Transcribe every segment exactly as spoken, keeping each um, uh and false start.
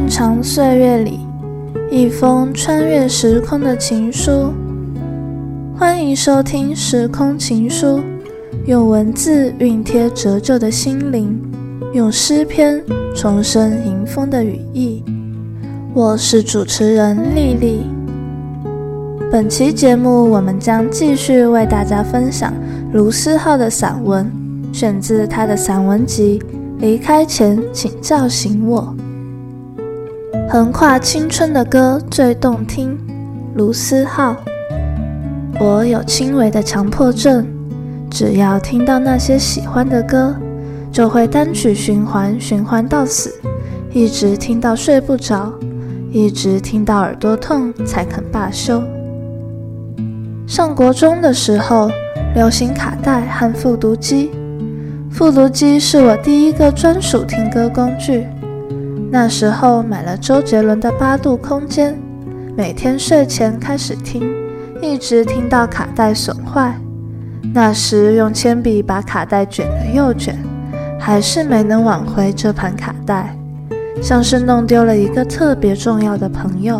漫长岁月里，一封穿越时空的情书。欢迎收听《时空情书》，用文字熨贴折旧的心灵，用诗篇重生迎风的羽翼。我是主持人丽丽。本期节目，我们将继续为大家分享卢思浩的散文，选自他的散文集《离开前请叫醒我》。横跨青春的歌最动听，卢思浩。我有轻微的强迫症，只要听到那些喜欢的歌，就会单曲循环，循环到死，一直听到睡不着，一直听到耳朵痛才肯罢休。上国中的时候，流行卡带和复读机，复读机是我第一个专属听歌工具。那时候买了周杰伦的八度空间，每天睡前开始听，一直听到卡带损坏。那时用铅笔把卡带卷了又卷，还是没能挽回这盘卡带，像是弄丢了一个特别重要的朋友。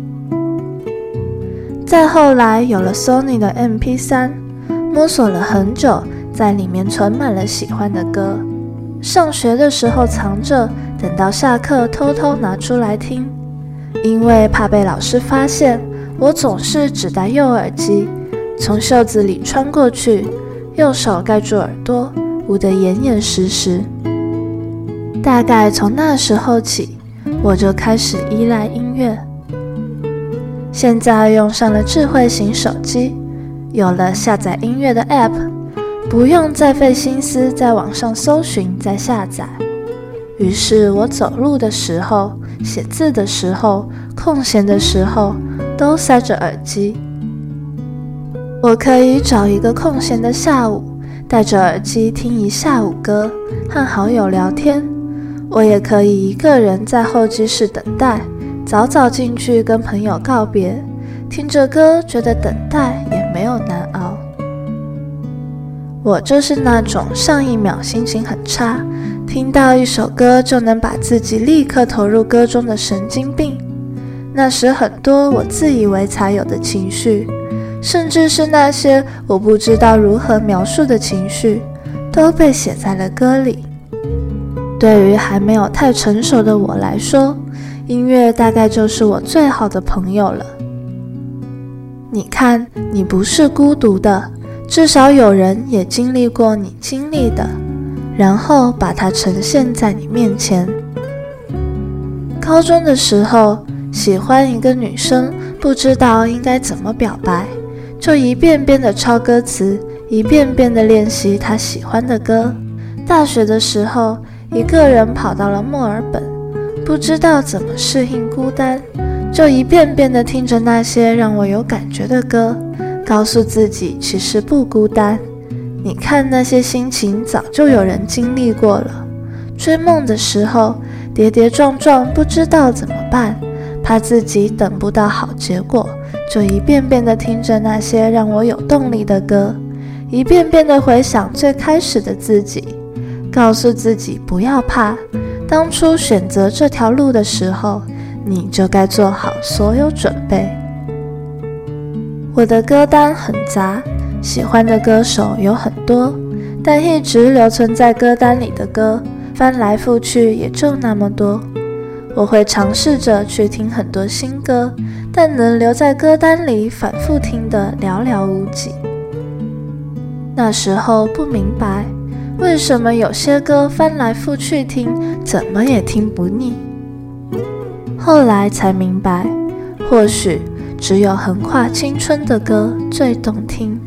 再后来有了 Sony 的 M P 三， 摸索了很久，在里面存满了喜欢的歌。上学的时候藏着，等到下课偷偷拿出来听。因为怕被老师发现，我总是只戴右耳机，从袖子里穿过去，右手盖住耳朵，捂得严严实实。大概从那时候起，我就开始依赖音乐。现在用上了智慧型手机，有了下载音乐的 App， 不用再费心思在网上搜寻再下载。于是我走路的时候，写字的时候，空闲的时候，都塞着耳机。我可以找一个空闲的下午，戴着耳机听一下午歌，和好友聊天。我也可以一个人在候机室等待，早早进去跟朋友告别，听着歌觉得等待也没有难熬。我就是那种上一秒心情很差，听到一首歌就能把自己立刻投入歌中的神经病。那时很多我自以为才有的情绪，甚至是那些我不知道如何描述的情绪，都被写在了歌里。对于还没有太成熟的我来说，音乐大概就是我最好的朋友了。你看，你不是孤独的，至少有人也经历过你经历的，然后把它呈现在你面前。高中的时候，喜欢一个女生，不知道应该怎么表白，就一遍遍的抄歌词，一遍遍的练习她喜欢的歌。大学的时候，一个人跑到了墨尔本，不知道怎么适应孤单，就一遍遍的听着那些让我有感觉的歌，告诉自己其实不孤单。你看，那些心情早就有人经历过了。追梦的时候，跌跌撞撞不知道怎么办，怕自己等不到好结果，就一遍遍的听着那些让我有动力的歌，一遍遍的回想最开始的自己，告诉自己不要怕，当初选择这条路的时候，你就该做好所有准备。我的歌单很杂，喜欢的歌手有很多，但一直留存在歌单里的歌，翻来覆去也就那么多。我会尝试着去听很多新歌，但能留在歌单里反复听的寥寥无几。那时候不明白，为什么有些歌翻来覆去听，怎么也听不腻。后来才明白，或许只有横跨青春的歌最动听。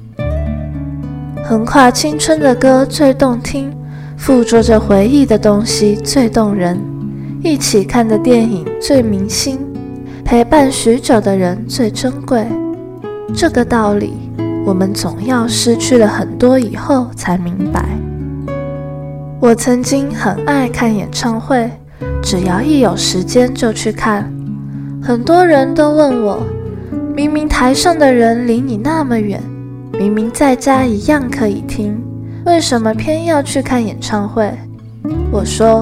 横跨青春的歌最动听，附着着回忆的东西最动人，一起看的电影最铭心，陪伴许久的人最珍贵。这个道理，我们总要失去了很多以后才明白。我曾经很爱看演唱会，只要一有时间就去看。很多人都问我，明明台上的人离你那么远，明明在家一样可以听，为什么偏要去看演唱会？我说，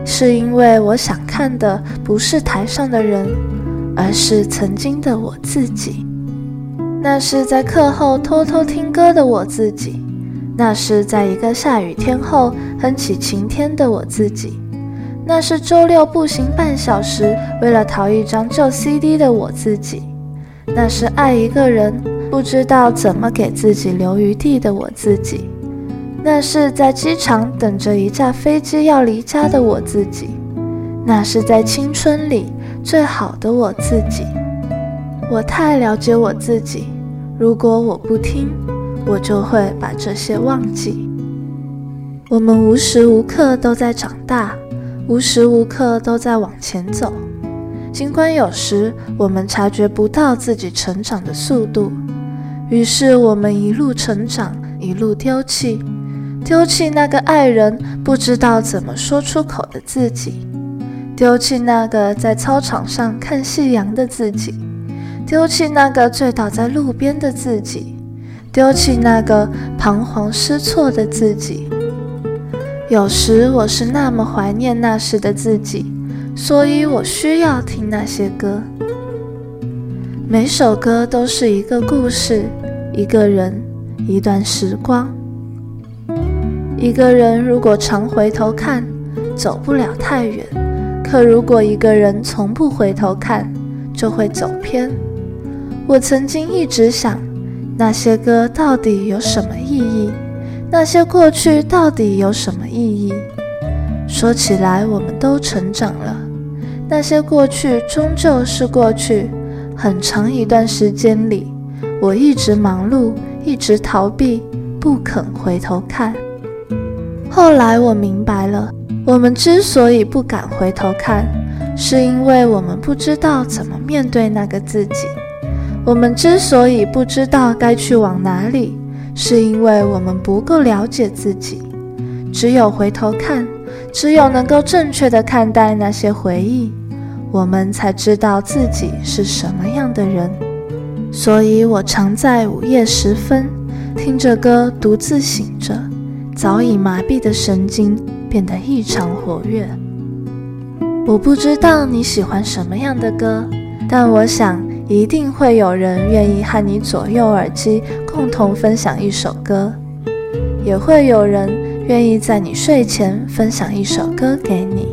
是因为我想看的不是台上的人，而是曾经的我自己。那是在课后偷偷听歌的我自己，那是在一个下雨天后哼起晴天的我自己，那是周六步行半小时为了淘一张旧 C D 的我自己，那是爱一个人不知道怎么给自己留余地的我自己，那是在机场等着一架飞机要离家的我自己，那是在青春里最好的我自己。我太了解我自己，如果我不听，我就会把这些忘记。我们无时无刻都在长大，无时无刻都在往前走，尽管有时我们察觉不到自己成长的速度，于是我们一路成长，一路丢弃，丢弃那个爱人不知道怎么说出口的自己，丢弃那个在操场上看夕阳的自己，丢弃那个醉倒在路边的自己，丢弃那个彷徨失措的自己。有时我是那么怀念那时的自己，所以我需要听那些歌。每首歌都是一个故事，一个人，一段时光。一个人如果常回头看，走不了太远，可如果一个人从不回头看，就会走偏。我曾经一直想，那些歌到底有什么意义？那些过去到底有什么意义？说起来我们都成长了，那些过去终究是过去。很长一段时间里，我一直忙碌，一直逃避，不肯回头看。后来我明白了，我们之所以不敢回头看，是因为我们不知道怎么面对那个自己。我们之所以不知道该去往哪里，是因为我们不够了解自己。只有回头看，只有能够正确地看待那些回忆，我们才知道自己是什么样的人。所以我常在午夜时分听着歌独自醒着，早已麻痹的神经变得异常活跃。我不知道你喜欢什么样的歌，但我想一定会有人愿意和你左右耳机共同分享一首歌，也会有人愿意在你睡前分享一首歌给你。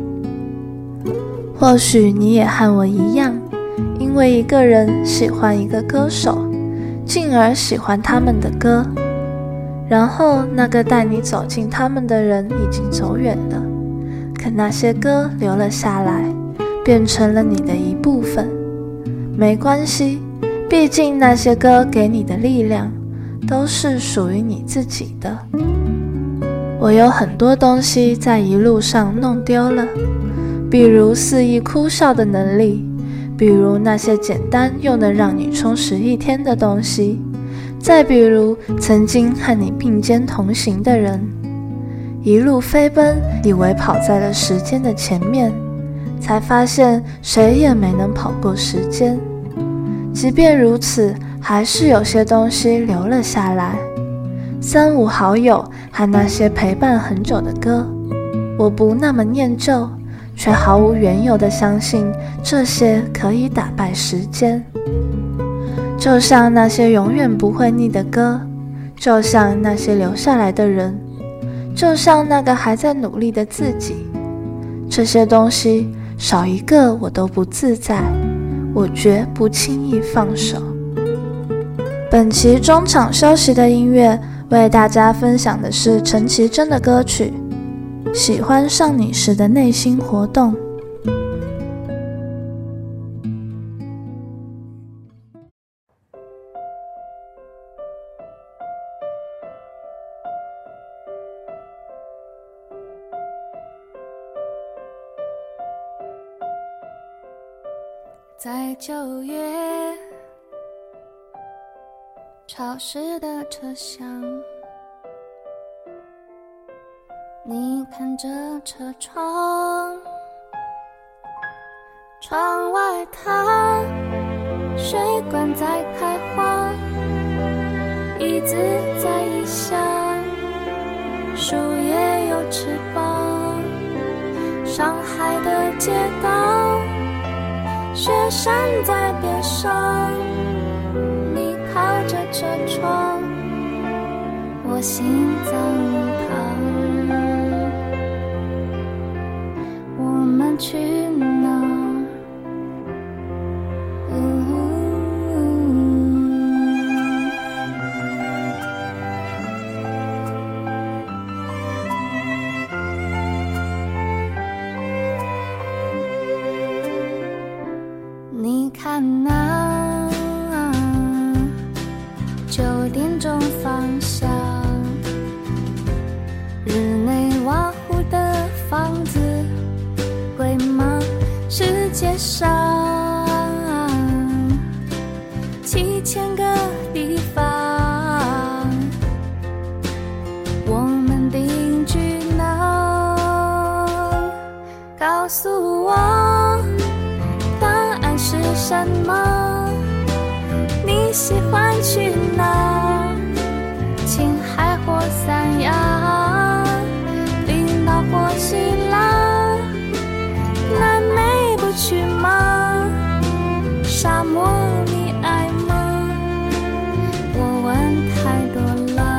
或许你也和我一样，因为一个人喜欢一个歌手，进而喜欢他们的歌，然后那个带你走进他们的人已经走远了，可那些歌留了下来，变成了你的一部分。没关系，毕竟那些歌给你的力量都是属于你自己的。我有很多东西在一路上弄丢了，比如肆意哭笑的能力，比如那些简单又能让你充实一天的东西，再比如曾经和你并肩同行的人。一路飞奔，以为跑在了时间的前面，才发现谁也没能跑过时间。即便如此，还是有些东西留了下来。三五好友和那些陪伴很久的歌，我不那么念旧，却毫无缘由地相信这些可以打败时间。就像那些永远不会腻的歌，就像那些留下来的人，就像那个还在努力的自己。这些东西少一个我都不自在，我绝不轻易放手。本期中场休息的音乐为大家分享的是陈绮贞的歌曲《喜欢上你时的内心活动》。 在九月潮湿的车厢，你看着车窗，窗外它水管在开花，椅子在异乡，树叶有翅膀， 的街道，雪山在边上，你靠着车窗，我心脏旁，我们去哪？你看那九点钟方向，日内瓦湖的房子贵吗？世界上七千个地方，我们定居哪？告诉我是什么？你喜欢去哪？青海或三亚，冰岛或希腊，南美不去吗？沙漠你爱吗？我问太多了。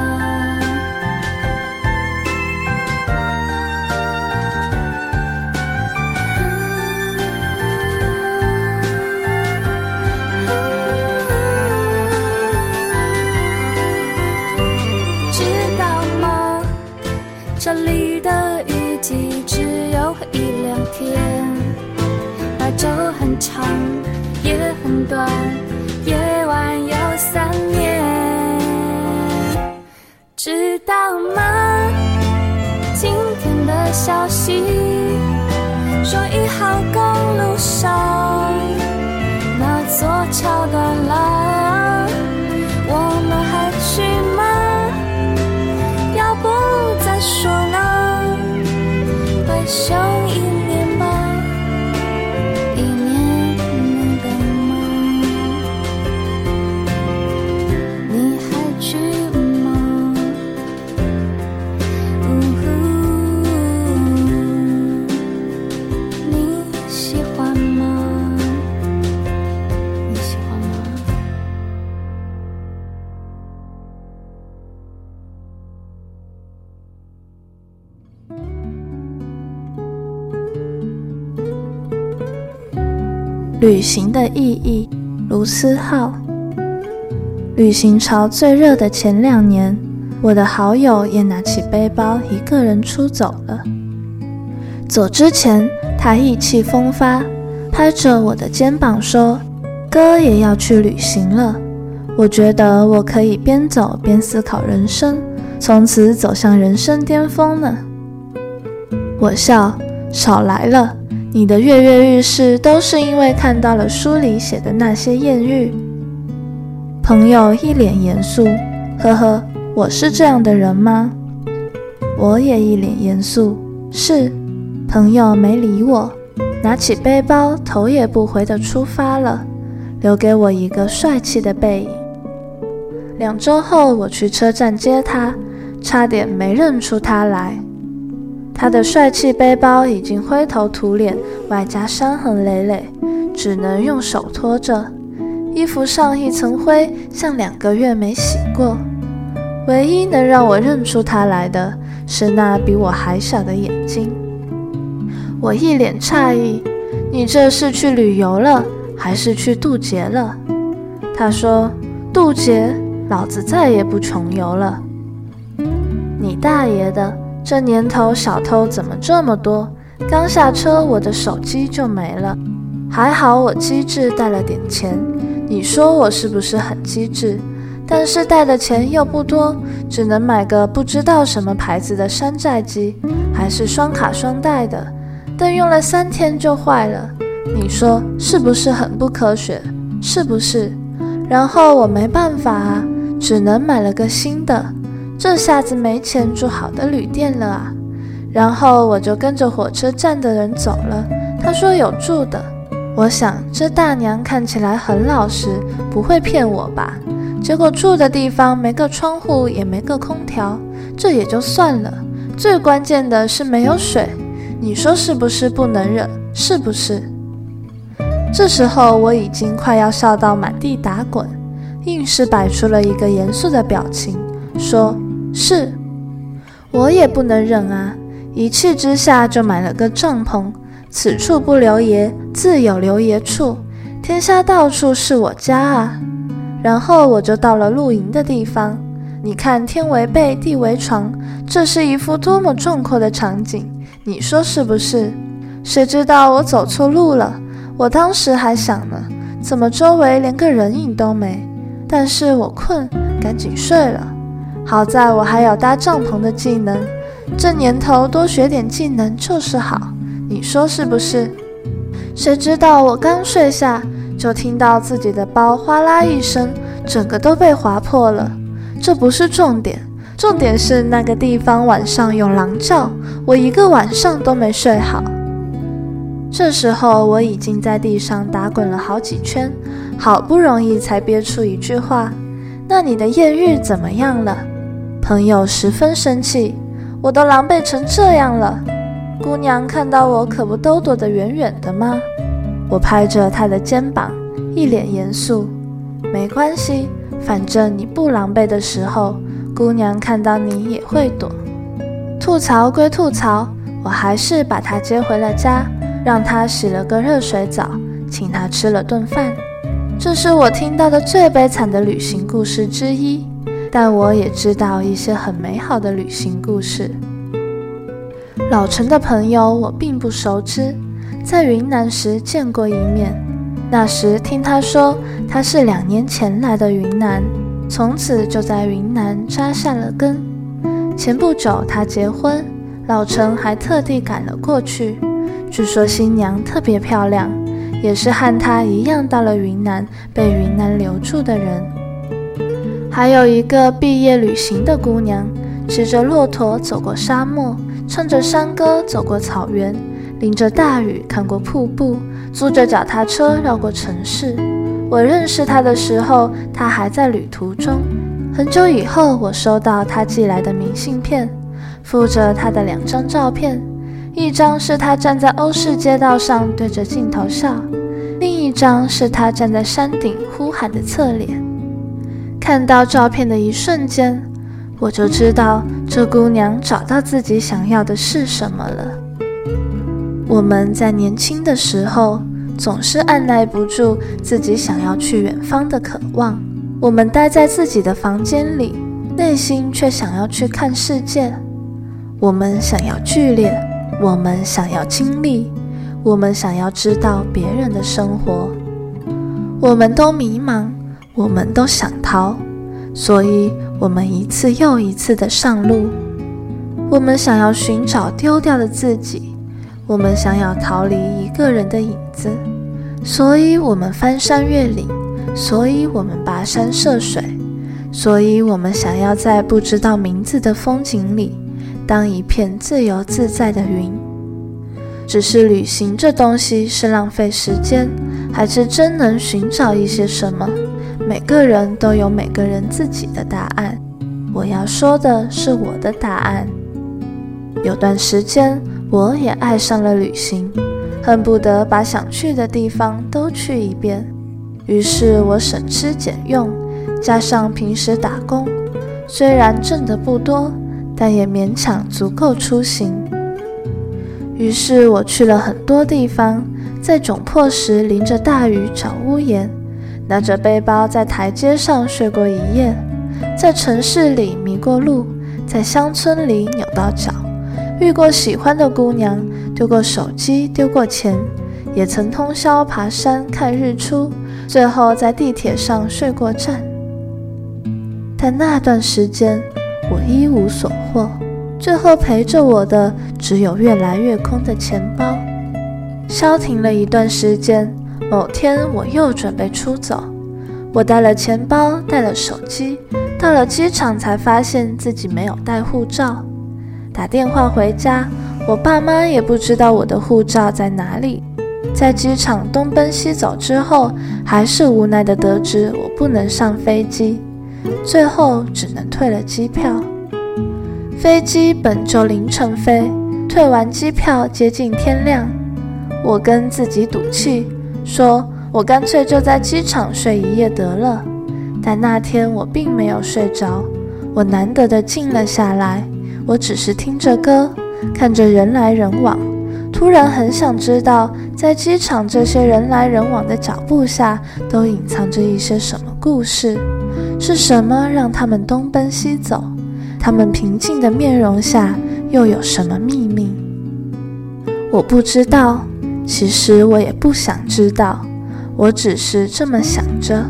这里的雨季只有一两天，白昼很长，夜很短，夜晚有三年。知道吗？今天的消息说一号公路上那座桥断了，我们还去吗？要不再说呢？回首一年吧，一年能等吗？你还去吗？呜呼，你喜欢吗？你喜欢吗？ 旅行的意义，卢思浩。旅行潮最热的前两年，我的好友也拿起背包一个人出走了。走之前，他意气风发，拍着我的肩膀说：“哥也要去旅行了。”我觉得我可以边走边思考人生，从此走向人生巅峰呢。我笑，少来了。你的跃跃欲试都是因为看到了书里写的那些艳遇。朋友一脸严肃，呵呵，我是这样的人吗？我也一脸严肃，是。朋友没理我，拿起背包头也不回地出发了，留给我一个帅气的背影。两周后我去车站接他，差点没认出他来。他的帅气背包已经灰头土脸，外加伤痕累累，只能用手托着。衣服上一层灰，像两个月没洗过。唯一能让我认出他来的是那比我还小的眼睛。我一脸诧异，你这是去旅游了，还是去渡劫了？他说，渡劫，老子再也不穷游了。你大爷的！这年头小偷怎么这么多？刚下车我的手机就没了，还好我机智带了点钱。你说我是不是很机智？但是带的钱又不多，只能买个不知道什么牌子的山寨机，还是双卡双待的，但用了三天就坏了。你说是不是很不科学？是不是？然后我没办法啊，只能买了个新的。这下子没钱住好的旅店了啊！然后我就跟着火车站的人走了，他说有住的。我想这大娘看起来很老实，不会骗我吧？结果住的地方没个窗户，也没个空调，这也就算了，最关键的是没有水， 你说是不是不能忍？是不是？这时候我已经快要笑到满地打滚，硬是摆出了一个严肃的表情，说是。我也不能忍啊，一气之下就买了个帐篷，此处不留爷，自有留爷处，天下到处是我家啊。然后我就到了露营的地方，你看天为被，地为床，这是一幅多么壮阔的场景，你说是不是？谁知道我走错路了，我当时还想呢，怎么周围连个人影都没？但是我困，赶紧睡了。好在我还有搭帐篷的技能，这年头多学点技能就是好，你说是不是？谁知道我刚睡下，就听到自己的包哗啦一声，整个都被划破了。这不是重点，重点是那个地方晚上有狼叫，我一个晚上都没睡好。这时候我已经在地上打滚了好几圈，好不容易才憋出一句话：那你的艳遇怎么样了？朋友十分生气，我都狼狈成这样了，姑娘看到我可不都躲得远远的吗？我拍着她的肩膀，一脸严肃，没关系，反正你不狼狈的时候，姑娘看到你也会躲。吐槽归吐槽，我还是把她接回了家，让她洗了个热水澡，请她吃了顿饭。这是我听到的最悲惨的旅行故事之一，但我也知道一些很美好的旅行故事。老陈的朋友我并不熟知，在云南时见过一面，那时听他说他是两年前来的云南，从此就在云南扎下了根。前不久他结婚，老陈还特地赶了过去，据说新娘特别漂亮，也是和他一样到了云南被云南留住的人。还有一个毕业旅行的姑娘，骑着骆驼走过沙漠，唱着山歌走过草原，淋着大雨看过瀑布，租着脚踏车绕过城市。我认识她的时候，她还在旅途中。很久以后，我收到她寄来的明信片，附着她的两张照片，一张是她站在欧式街道上对着镜头笑，另一张是她站在山顶呼喊的侧脸。看到照片的一瞬间，我就知道这姑娘找到自己想要的是什么了。我们在年轻的时候，总是按耐不住自己想要去远方的渴望，我们待在自己的房间里，内心却想要去看世界。我们想要剧烈，我们想要经历，我们想要知道别人的生活。我们都迷茫，我们都想逃，所以我们一次又一次的上路。我们想要寻找丢掉的自己，我们想要逃离一个人的影子，所以我们翻山越岭，所以我们跋山涉水，所以我们想要在不知道名字的风景里当一片自由自在的云。只是旅行这东西是浪费时间，还是真能寻找一些什么？每个人都有每个人自己的答案，我要说的是我的答案。有段时间我也爱上了旅行，恨不得把想去的地方都去一遍。于是我省吃俭用，加上平时打工，虽然挣得不多，但也勉强足够出行。于是我去了很多地方，在窘迫时淋着大雨找屋檐，拿着背包在台阶上睡过一夜，在城市里迷过路，在乡村里扭到脚，遇过喜欢的姑娘，丢过手机，丢过钱，也曾通宵爬山看日出，最后在地铁上睡过站。但那段时间我一无所获，最后陪着我的只有越来越空的钱包。消停了一段时间，某天我又准备出走，我带了钱包，带了手机，到了机场才发现自己没有带护照。打电话回家，我爸妈也不知道我的护照在哪里。在机场东奔西走之后，还是无奈地得知我不能上飞机，最后只能退了机票。飞机本就凌晨飞， 退完机票接近天亮，我跟自己赌气，说我干脆就在机场睡一夜得了。但那天我并没有睡着，我难得的静了下来，我只是听着歌，看着人来人往，突然很想知道，在机场这些人来人往的脚步下，都隐藏着一些什么故事，是什么让他们东奔西走？他们平静的面容下，又有什么秘密？我不知道，其实我也不想知道，我只是这么想着。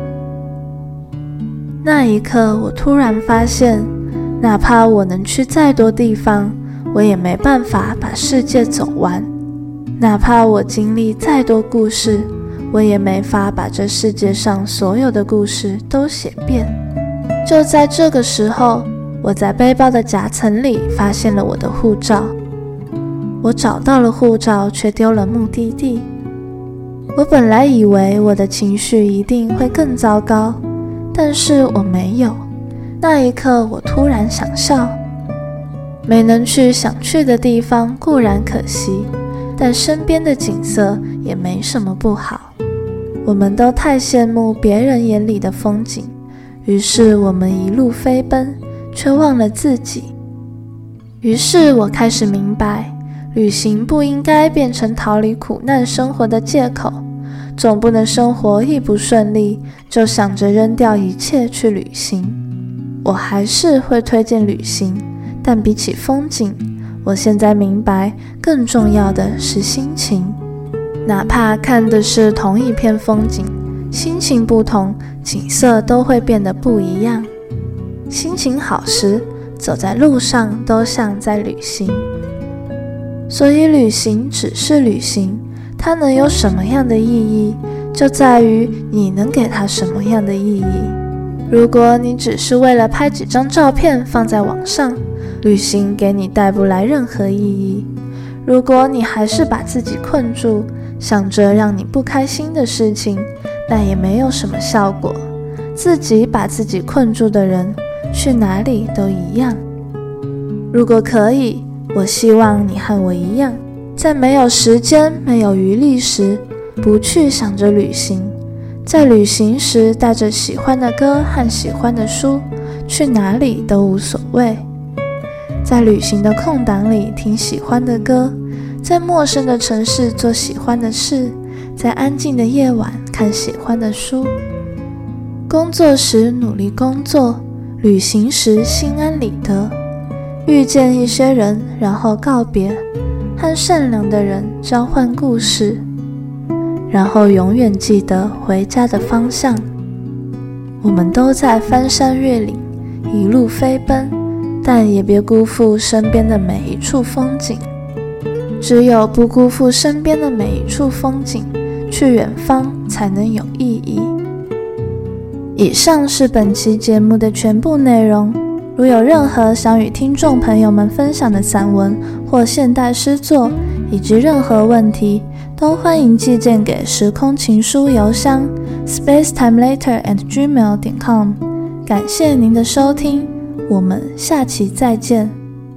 那一刻，我突然发现，哪怕我能去再多地方，我也没办法把世界走完；哪怕我经历再多故事，我也没法把这世界上所有的故事都写遍。就在这个时候，我在背包的夹层里发现了我的护照。我找到了护照，却丢了目的地。我本来以为我的情绪一定会更糟糕，但是我没有。那一刻，我突然想笑。没能去想去的地方固然可惜，但身边的景色也没什么不好。我们都太羡慕别人眼里的风景，于是我们一路飞奔，却忘了自己。于是我开始明白，旅行不应该变成逃离苦难生活的借口，总不能生活一不顺利就想着扔掉一切去旅行。我还是会推荐旅行，但比起风景，我现在明白更重要的是心情。哪怕看的是同一片风景，心情不同，景色都会变得不一样。心情好时，走在路上都像在旅行。所以旅行只是旅行，它能有什么样的意义，就在于你能给它什么样的意义。如果你只是为了拍几张照片放在网上，旅行给你带不来任何意义。如果你还是把自己困住，想着让你不开心的事情，那也没有什么效果。自己把自己困住的人，去哪里都一样。如果可以，我希望你和我一样，在没有时间、没有余力时，不去想着旅行。在旅行时，带着喜欢的歌和喜欢的书，去哪里都无所谓。在旅行的空档里听喜欢的歌，在陌生的城市做喜欢的事，在安静的夜晚看喜欢的书。工作时努力工作，旅行时心安理得。遇见一些人，然后告别，和善良的人交换故事，然后永远记得回家的方向。我们都在翻山越岭，一路飞奔，但也别辜负身边的每一处风景。只有不辜负身边的每一处风景，去远方才能有意义。以上是本期节目的全部内容。如有任何想与听众朋友们分享的散文或现代诗作，以及任何问题，都欢迎寄件给时空情书邮箱 spacetimelater at gmail dot com。 感谢您的收听，我们下期再见。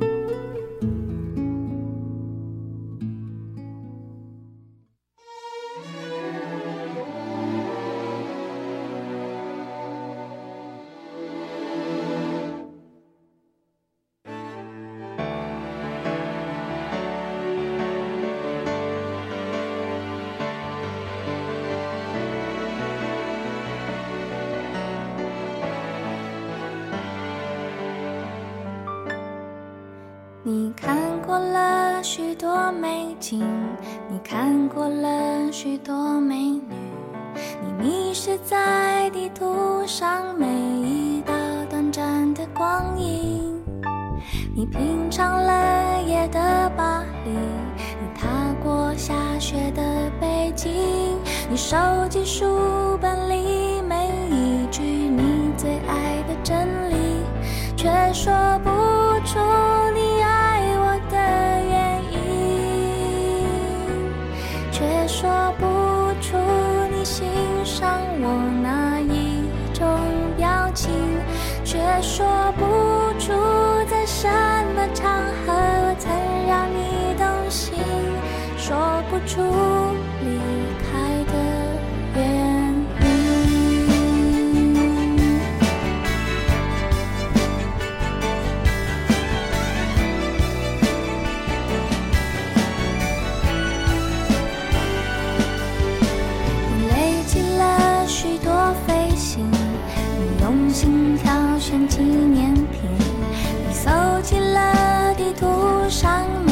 你看过了许多美景，你看过了许多美女，你迷失在地图上每一道短暂的光阴。你品尝了夜的巴黎，你踏过下雪的北京，你收集书本里每一句你最爱的真理，却说不出你爱我的原因，却说不出你欣赏我哪一种表情，却说不出在什么场合我曾让你初离开的原因。你累积了许多飞行，你用心挑选纪念品，你搜集了地图上